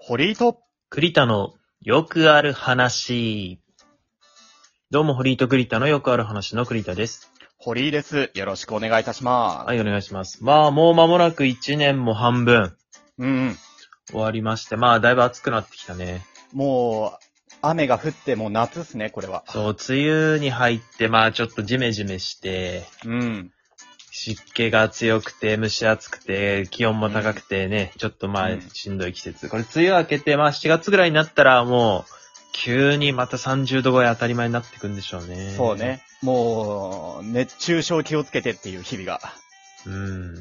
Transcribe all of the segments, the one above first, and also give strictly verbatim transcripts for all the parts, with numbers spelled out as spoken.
堀井と栗田のよくある話。どうも、堀井と栗田のよくある話の栗田です。 堀井です。よろしくお願いいたします。 はい、お願いします。まあ、もう間もなくいちねんも半分うんうん。 終わりまして、まあ、だいぶ暑くなってきたね。 もう、雨が降ってもう夏っすね、これは。 そう、梅雨に入って、まあ、ちょっとジメジメして、 うん。 湿気が強くて、蒸し暑くて、気温も高くてね、うん、ちょっとまあ、 うんしんどい季節。これ、梅雨明けて、まあ、しがつぐらいになったら、もう、急にまたさんじゅうど超え当たり前になってくんでしょうね。 そうね。もう、熱中症気をつけてっていう日々が、 うん。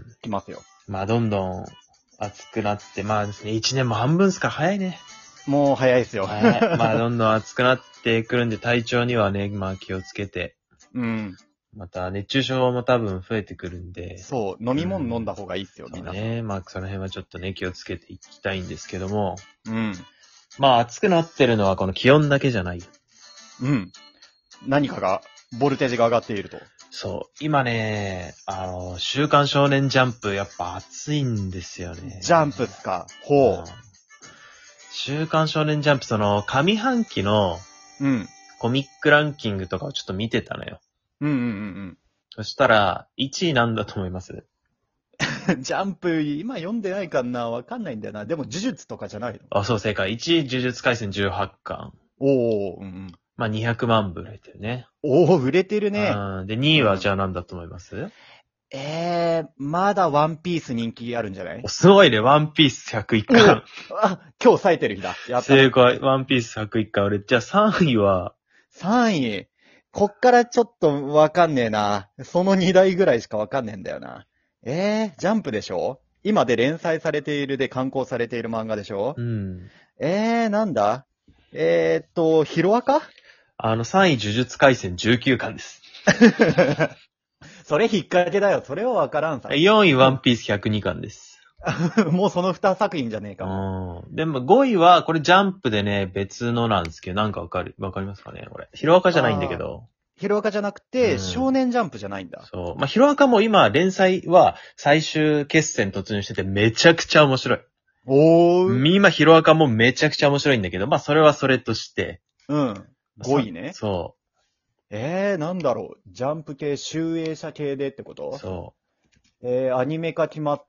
来ますよ。 まあ、どんどん暑くなって、まあですね、いちねんも半分っすから早いね。 もう早いですよ。 早い。まあ、どんどん暑くなってくるんで、体調にはね、まあ気をつけて。 うん。 また、熱中症も多分増えてくるんで。 そう、飲み物飲んだ方がいいっすよ、 うん、 みんな。 そうね。まあ、その辺はちょっとね、気をつけていきたいんですけども。 うん。 まあ、暑くなってるのはこの気温だけじゃない。 うん。何かが、ボルテージが上がっていると。 そう。今ね、あの、週刊少年ジャンプ、やっぱ暑いんですよね。 ジャンプっすか。ほう。週刊少年ジャンプ、その、上半期のう。うん。 コミックランキングとかをちょっと見てたのよ。 うんうんうんそしたら、いちいなんだと思います？ うん。ジャンプ、今読んでないかなわかんないんだよな。でも、呪術とかじゃないの？ あ、そう、正解。いちい、呪術廻戦じゅうはちかん。 おー、うんうん。 まあ、にひゃくまん部売れてるね。 おー、売れてるね。 うん。で、にいはじゃあなんだと思います？ えー、まだワンピース人気あるんじゃない？ おすごいね。ワンピースひゃくいっかん。 あ、今日冴えてる日だ。やった。 正解。ワンピースひゃくいっかん売れて。じゃあさんいは、 さんい。こっからちょっとわかんねえな。そのにだいぐらいしかわかんねえんだよな。えー、ジャンプでしょ？今で連載されているで刊行されている漫画でしょ？ うん。 えー、なんだ？えーっと、ヒロアカ？ あの、さんい、呪術廻戦じゅうきゅうかんです。 それ引っ掛けだよ。それはわからんさ。 よんい、ワンピースひゃくにかんです。 もうそのにさく品じゃねえかも。 うん。でもごいは、これジャンプでね、別のなんですけど、なんかわかる、わかりますかねこれ。ヒロアカじゃないんだけど。 ヒロアカじゃなくて、 うん少年ジャンプじゃないんだ。 そう。まあ、ヒロアカも今、連載は最終決戦突入しててめちゃくちゃ面白い。 おー。 今、ヒロアカもめちゃくちゃ面白いんだけど、まあ、それはそれとして。 うん。ごいね。 そえー、なんだろう。ジャンプ系、集英社系でってこう。 と？ そえー、アニメ化決まった、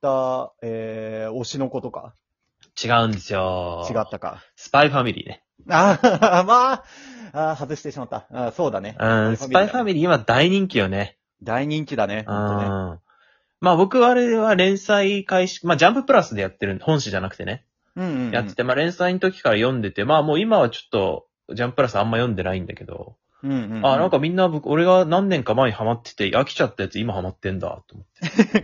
えー、推しの子とかう。違うんですよ。 違ったか。 スパイファミリーね。 あー、まあ、あー外してしまった。あーそうだね。 うん、スパイファミリー今大人気よね。 大人気だね。 うん。 ほんとね。 まあ僕はあれは連載開始、まあジャンププラスでやってる、本誌じゃなくてね。 うんうん、うん。 やってて、まあ連載の時から読んでて、まあもう今はちょっと、ジャンププラスあんま読んでないんだけど、 うんうん、うん。 あ、なんかみんな僕、俺が何年か前にハマってて、飽きちゃったやつ今ハマってんだ、と思って。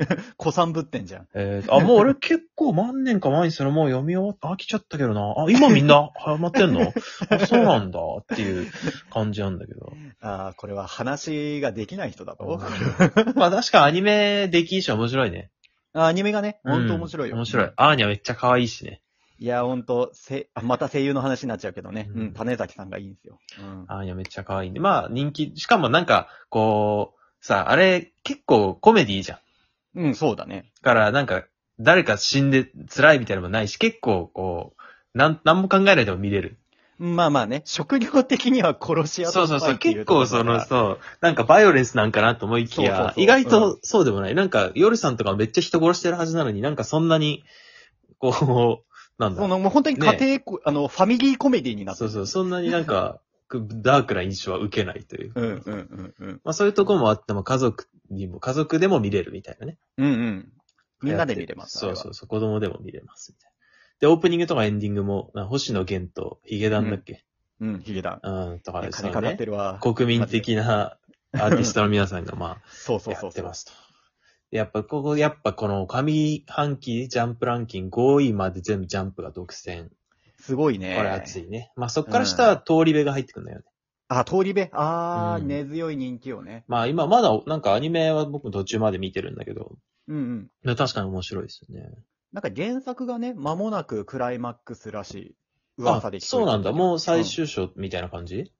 子さんぶってんじゃん。 えー、あ、もう俺結構何年か前にそれもう読み終わった、飽きちゃったけどな。あ、今みんなハマってんのあ、そうなんだ、っていう感じなんだけど。 ああ、これは話ができない人だと。 まあ確かアニメできいし面白いね。 あアニメがね、ほんと面白いよ。 うん面白い。アーニャめっちゃ可愛いしね。 いや、ほんと、せ、あまた声優の話になっちゃうけどね。 うんうん、種崎さんがいいんですよ。うん。 アーニャめっちゃ可愛いんで。まあ人気、しかもなんか、こう、さ、あれ結構コメディじゃん。 うん、そうだね。 だからなんか、誰か死んで辛いみたいなのもないし、結構こう、なん、なんも考えないでも見れる。 まあまあね、職業的には殺し屋そうそうそう。結構その、 う。 そう、なんかバイオレンスなんかなと思いきや、 そうそうそう意外とそうでもない。なんか、夜さんとかめっちゃ人殺してるはずなのに、なんかそんなに、こう、なんだその、もう本当に家庭、あの、ファミリーコメディになってる。 そうそう、そんなになんか、くダークな印象は受けないという。 うんうんうんうん。 まあそういうところもあっても家族にも、家族でも見れるみたいなね。 うんうん。みんなで見れます。 そうそうそう、子供でも見れますみたいな。で、オープニングとかエンディングも、な星野源とヒゲダンだっけ、 うん、うん、ヒゲダン。 うん、とかですね。 金かかってるわ。 国民的なアーティストの皆さんがまあ、 そうそうそう。 やってますと。やっぱ、ここ、やっぱこの上半期ジャンプランキングごいまで全部ジャンプが独占。 すごいね。 これ熱いね。まあそっから下は通り部が入ってくるんだよね。 あ、通り部あー、 うん根強い人気よね。 まあ今まだなんかアニメは僕途中まで見てるんだけど、 うんうん。 確かに面白いですよね。 なんか原作がね、間もなくクライマックスらしい噂で聞こえてあ、そうなんだ。 けどもう最終章みたいな感じ、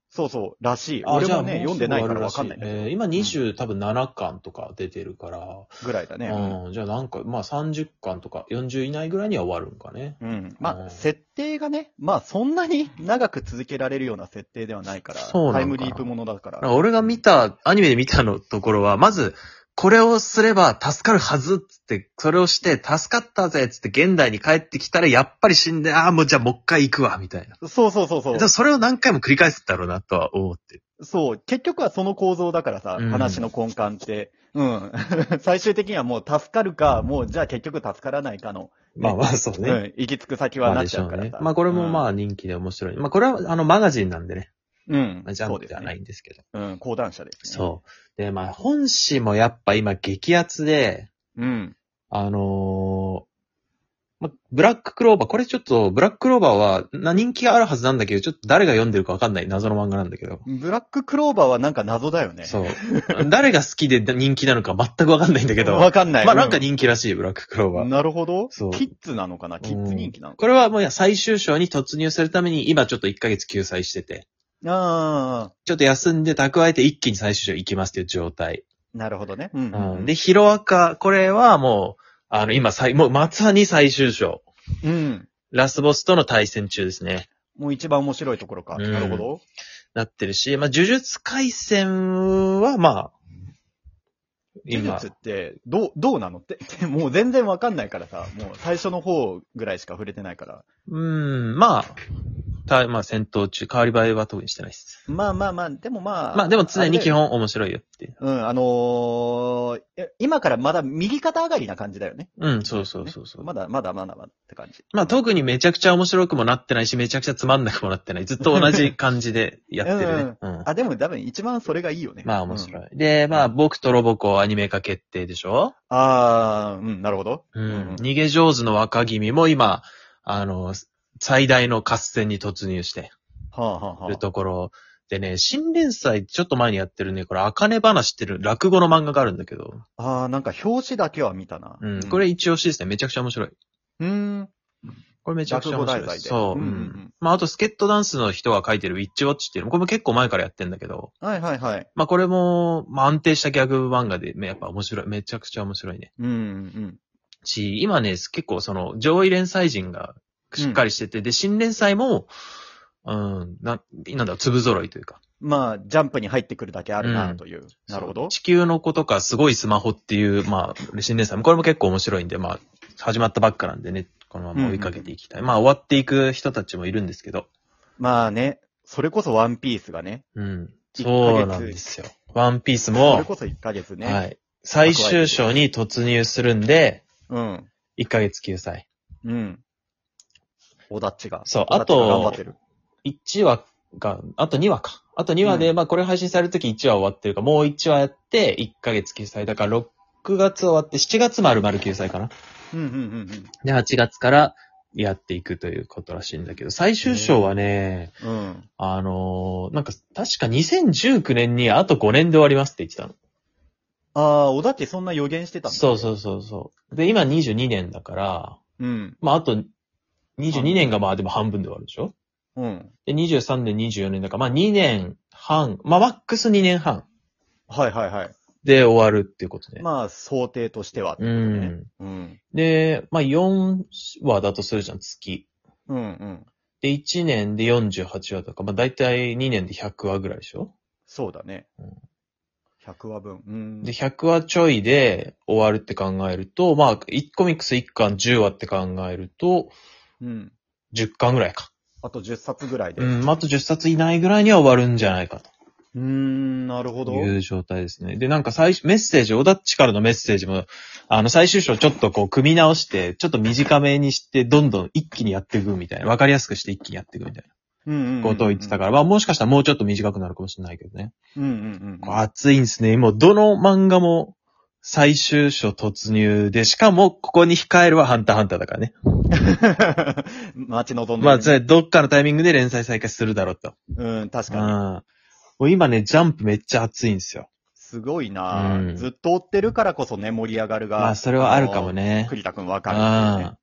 そうそう、らしい。 あ、じゃあ俺もね、読んでないからわかんないんだけど。 えー今にじゅう、多分ななかんとか出てるから、 ぐらいだね。 うん、じゃあなんか、まあさんじゅっかんとかよんじゅう以内ぐらいには終わるんかね。 うん。まあ、 うん設定がね、まあそんなに長く続けられるような設定ではないから、 そうなんかなタイムリープものだから。 なんか俺が見た、アニメで見たのところは、まず、これをすれば助かるはずっつって、それをして助かったぜっつって現代に帰ってきたらやっぱり死んで、ああ、もうじゃあもう一回行くわ、みたいな。 そうそうそうそうでも。それを何回も繰り返すんだろうなとは思ってる。 そう、結局はその構造だからさ、 うん話の根幹って。うん。最終的にはもう助かるか、もうじゃあ結局助からないかの、 まあまあそううね。 ん、行き着く先はなっまあでしょうちゃうからさ。。 ねまあこれもまあ人気で面白い。まあこれはあのマガジンなんでね。 うん、うん。 ジャンプではそうですね。 ないんですけど。 うん、講談社ですね。 そう。で、まあ本誌もやっぱ今激アツで、 う。うん。 あのーま、ブラッククローバー、これちょっと、ブラッククローバーは、な、人気があるはずなんだけど、ちょっと誰が読んでるかわかんない謎の漫画なんだけど。 ブラッククローバーはなんか謎だよね。 そう。誰が好きで人気なのか全くわかんないんだけど。 わかんない。 まあなんか人気らしい、ブラッククローバー。 なるほど。 そうキッズなのかなキッズ人気なのかこれはもう最終章に突入するために、今ちょっといっかげつ休載してて。 な。ああ、 ちょっと休んで蓄えて一気に最終章行きますっていう状態。 なるほどね。うん、うん。 うん。で、ヒロアカ、これはもう、あの、今最、もうまさに最終章。 うん。 ラスボスとの対戦中ですね。 もう一番面白いところか。 うんなるほど。 なってるし、まあ、呪術回戦は、まあ、今呪術、って、どう、どうなのって、もう全然わかんないからさ、もう最初の方ぐらいしか触れてないから。 うーん、まあ、たまあ、戦闘中、変わり映えは特にしてないです。 まあまあまあ、でもまあ。 まあ、でも常に基あれだよね。 本面白いよっていう。 うん、あのーえ今からまだ右肩上がりな感じだよね。 うん、そうそうそうそう。 まだまだまだまだって感じ。 まあ、特にめちゃくちゃ面白くもなってないし、めちゃくちゃつまんなくもなってない。ずっと同じ感じでやってるね。うん。 あ、でも多分一番それがいいよね。 まあ、面白い。 い。で、まあ、僕とロボコアニメ化決定でしょ？ あー、うん、なるほど。 ううんん。逃げ上手の若君も今、あの、最大の合戦に突入してはあ、はあはるところでね、新連載ちょっと前にやってるね、これ、あかね話ってる落語の漫画があるんだけど、 あ、あー、なんか表紙だけは見たな。 うん。これ一押しですね。めちゃくちゃ面白い。 うーん。 これめちゃくちゃ面白い。 落語題材でそう。ううんうんうんん。まあ、あと、スケットダンスの人が書いてるウィッチウォッチっていうのも、これも結構前からやってんだけど、 はいはいはい。 まあ、これも、まあ、安定したギャグ漫画で、やっぱ面白い。めちゃくちゃ面白いね。 うんうんし、今ね、結構その、上位連載陣がしっかりしてて、で、新連載も、うん、な、なんだろう、粒揃いというか。 まあ、ジャンプに入ってくるだけあるうなんという。なるほど。 地球の子とかすごいスマホっていう、まあ、新連載も、これも結構面白いんで、まあ、始まったばっかなんでね、このまま追いかけていきたい。まあ、終わっていく人たちもいるんですけど。 まあね、それこそワンピースがね。 うん。 一ヶ月そうなんですよ。ワンピースそもれ、こそいっかげつね。 はい。最終章に突入するんで、 うん。 いっかげつ休載。 うん。オダッチが。 そうオダッチがあと頑張ってる。 いちわが、あとにわか。あとにわで、 うまあこれ配信されるときいちわ終わってるから、もういちわやっていっかげつ休載。だからろくがつ終わってしちがつ丸々休載かな。 うんうんうんうん。 で、はちがつからやっていくということらしいんだけど、最終章はね、 うん。 あのーなんか確かにせんじゅうきゅうねんにあとごねんで終わりますって言ってたの。 ああ、オダッチそんな予言してたんだ。 そうそうそうそう。で、今にじゅうにねんだから、 うん。 まああとにじゅうにねんがまあでも半分で終わるでしょ？ うん。 で、にじゅうさんねん、にじゅうよねんだから、まあにねんはん、まあマックスにねんはんはいはいはい。 で終わるっていうことね。 まあ、想定としてはってうことね。 ん。 うん。 で、まあよんわだとするじゃん、月。 うんうん。 で、いちねんでよんじゅうはちわとか、まあだいたいにねんでひゃくわぐらいでしょ？ そうだねうん。 ひゃくわぶん。うん。 で、ひゃくわちょいで終わるって考えると、まあ、いちコミックスいっかんじゅうわって考えると、 うん。 じゅっかんぐらいか。 あとじゅっさつぐらいで。 う、 うんあとじゅっさつ以内ぐらいには終わるんじゃないかーん、なるほど。 という状態ですね。で、なんか最初、メッセージ、オダッチからのメッセージも、あの、最終章ちょっとこう、組み直して、ちょっと短めにして、どんどん一気にやっていくみたいな。わかりやすくして一気にやっていくみたいうんうんうんうん。 なことを言ってたから、まあもしかしたらもうちょっと短くなるかもしれないけどね。 うんうんうんうん。 こう熱いんですね。もうどの漫画も最終章突入で、しかもここに控えるはハンターハンターだからね。 待ち望んでるね。 まあ、それどっかのタイミングで連載再開するだろうと。 うん、確うん。 かに。 もう今ね、ジャンプめっちゃ熱いんですよ。 すごいな、 うんずっと追ってるからこそね、盛り上がるが。 まあ、それはあるかもね。 ね。 栗田くんわかるっていうね。 うん。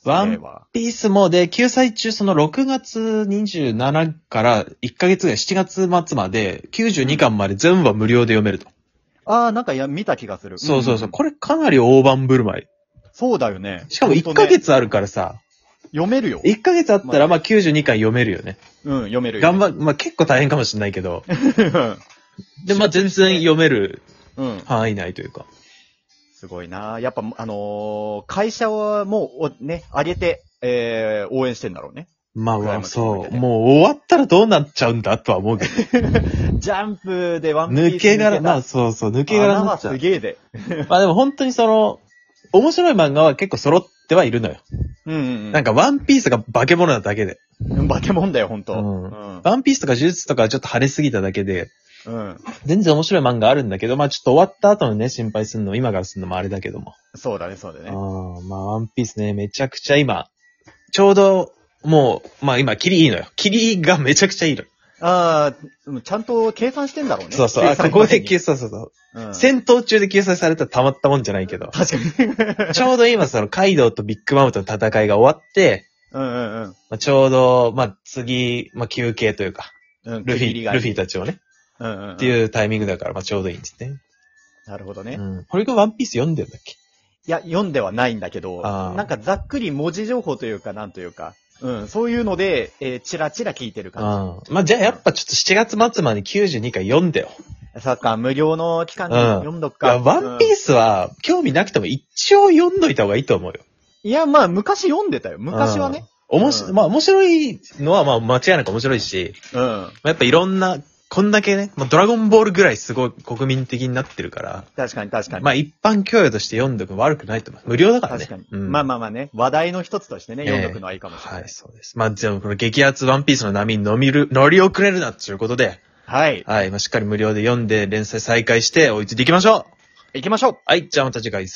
ワンピースもで、救済中そのろくがつにじゅうしちからいっかげつぐらい、しちがつ末まできゅうじゅうにかんまで全部は無料で読めると。 ああ、なんかや、見た気がする。 そうそうそう。 んこれかなり大盤振る舞い。 そうだよね。 しかもいっかげつあるからさ、 読めるよ。 いっかげつあったらまあきゅうじゅうにかん読めるよね。 うん、読めるよ。 頑張、まあ結構大変かもしれないけど。で、まあ全然読めるうん。 範囲内というか。 すごいな。やっぱ、あのー会社はもう、おね、上げて、えー、応援してんだろうね。 まあまあクライマックスに向そう。 けてもう終わったらどうなっちゃうんだとは思うけど。 ジャンプでワンピース抜け殻、まあなそうそう、抜け殻になっちゃう。 すげえで。 まあでも本当にその、面白い漫画は結構揃ってはいるのよ。 うんうんうん。 なんかワンピースが化け物なだけで。 化け物だよ、ほんと。 うんうん。 ワンピースとか呪術とかはちょっと跳ねすぎただけで、 うん。 全然面白い漫画あるんだけど、まあちょっと終わった後のね、心配するの、今からするのもあれだけども。 そうだね、そうだね。 ああ、まあワンピースね、めちゃくちゃ今、ちょうど、もう、まあ今、キリいいのよ。キリがめちゃくちゃいいの。 ああ、ちゃんと計算してんだろうね。 そうそう、あ、ここで救済、そうそう。 うん。 戦闘中で救済されたらたまったもんじゃないけど。 確かに。 ちょうど今そのカイドウとビッグマムとの戦いが終わって、 うんうんうん。 まあ、ちょうど、まあ次、まあ休憩というか、 うん。 ルフィ、ルフィたたちをね、 うんうんうん。 っていうタイミングだから、まあちょうどいいんですね。 なるほどね。 うん。これがワンピース読んでんだっけ？ いや、読んではないんだけど、 あーなんかざっくり文字情報というか、なんというか、うん、そういうので、えー、チラチラ聞いてる感うん。まあじゃあやっぱちょっとしちがつ末まできゅうじゅうにかい読んでよ。 じ。サッカー無料の期間でうん読んどくか。 いや、ワンピースは、興味なくても一応読んどいた方がいいと思うよ。 うんいや、まあ、昔読んでたよ。昔はね。 おもし、 うんまあ面白いのはまあ間違いなく面白いし、 うん。 まあ、やっぱいろんな、こんだけね、まあドラゴンボールぐらいすごい国民的になってるから、 確かに確かに。 まあ一般教養として読んどくの悪くないと思う。無料だからね。 確かに。 うん、 まあまあまあね、話題の一つとしてね、 ええ読んどくのはいいかもしれない。 はい、そうです。まあじゃあこの激アツワンピースの波に乗みる、乗り遅れるなっていうことで、 はい。 はい、まあしっかり無料で読んで連載再開して追いついていきましょう。 行きましょう。 はい、じゃあまた次回。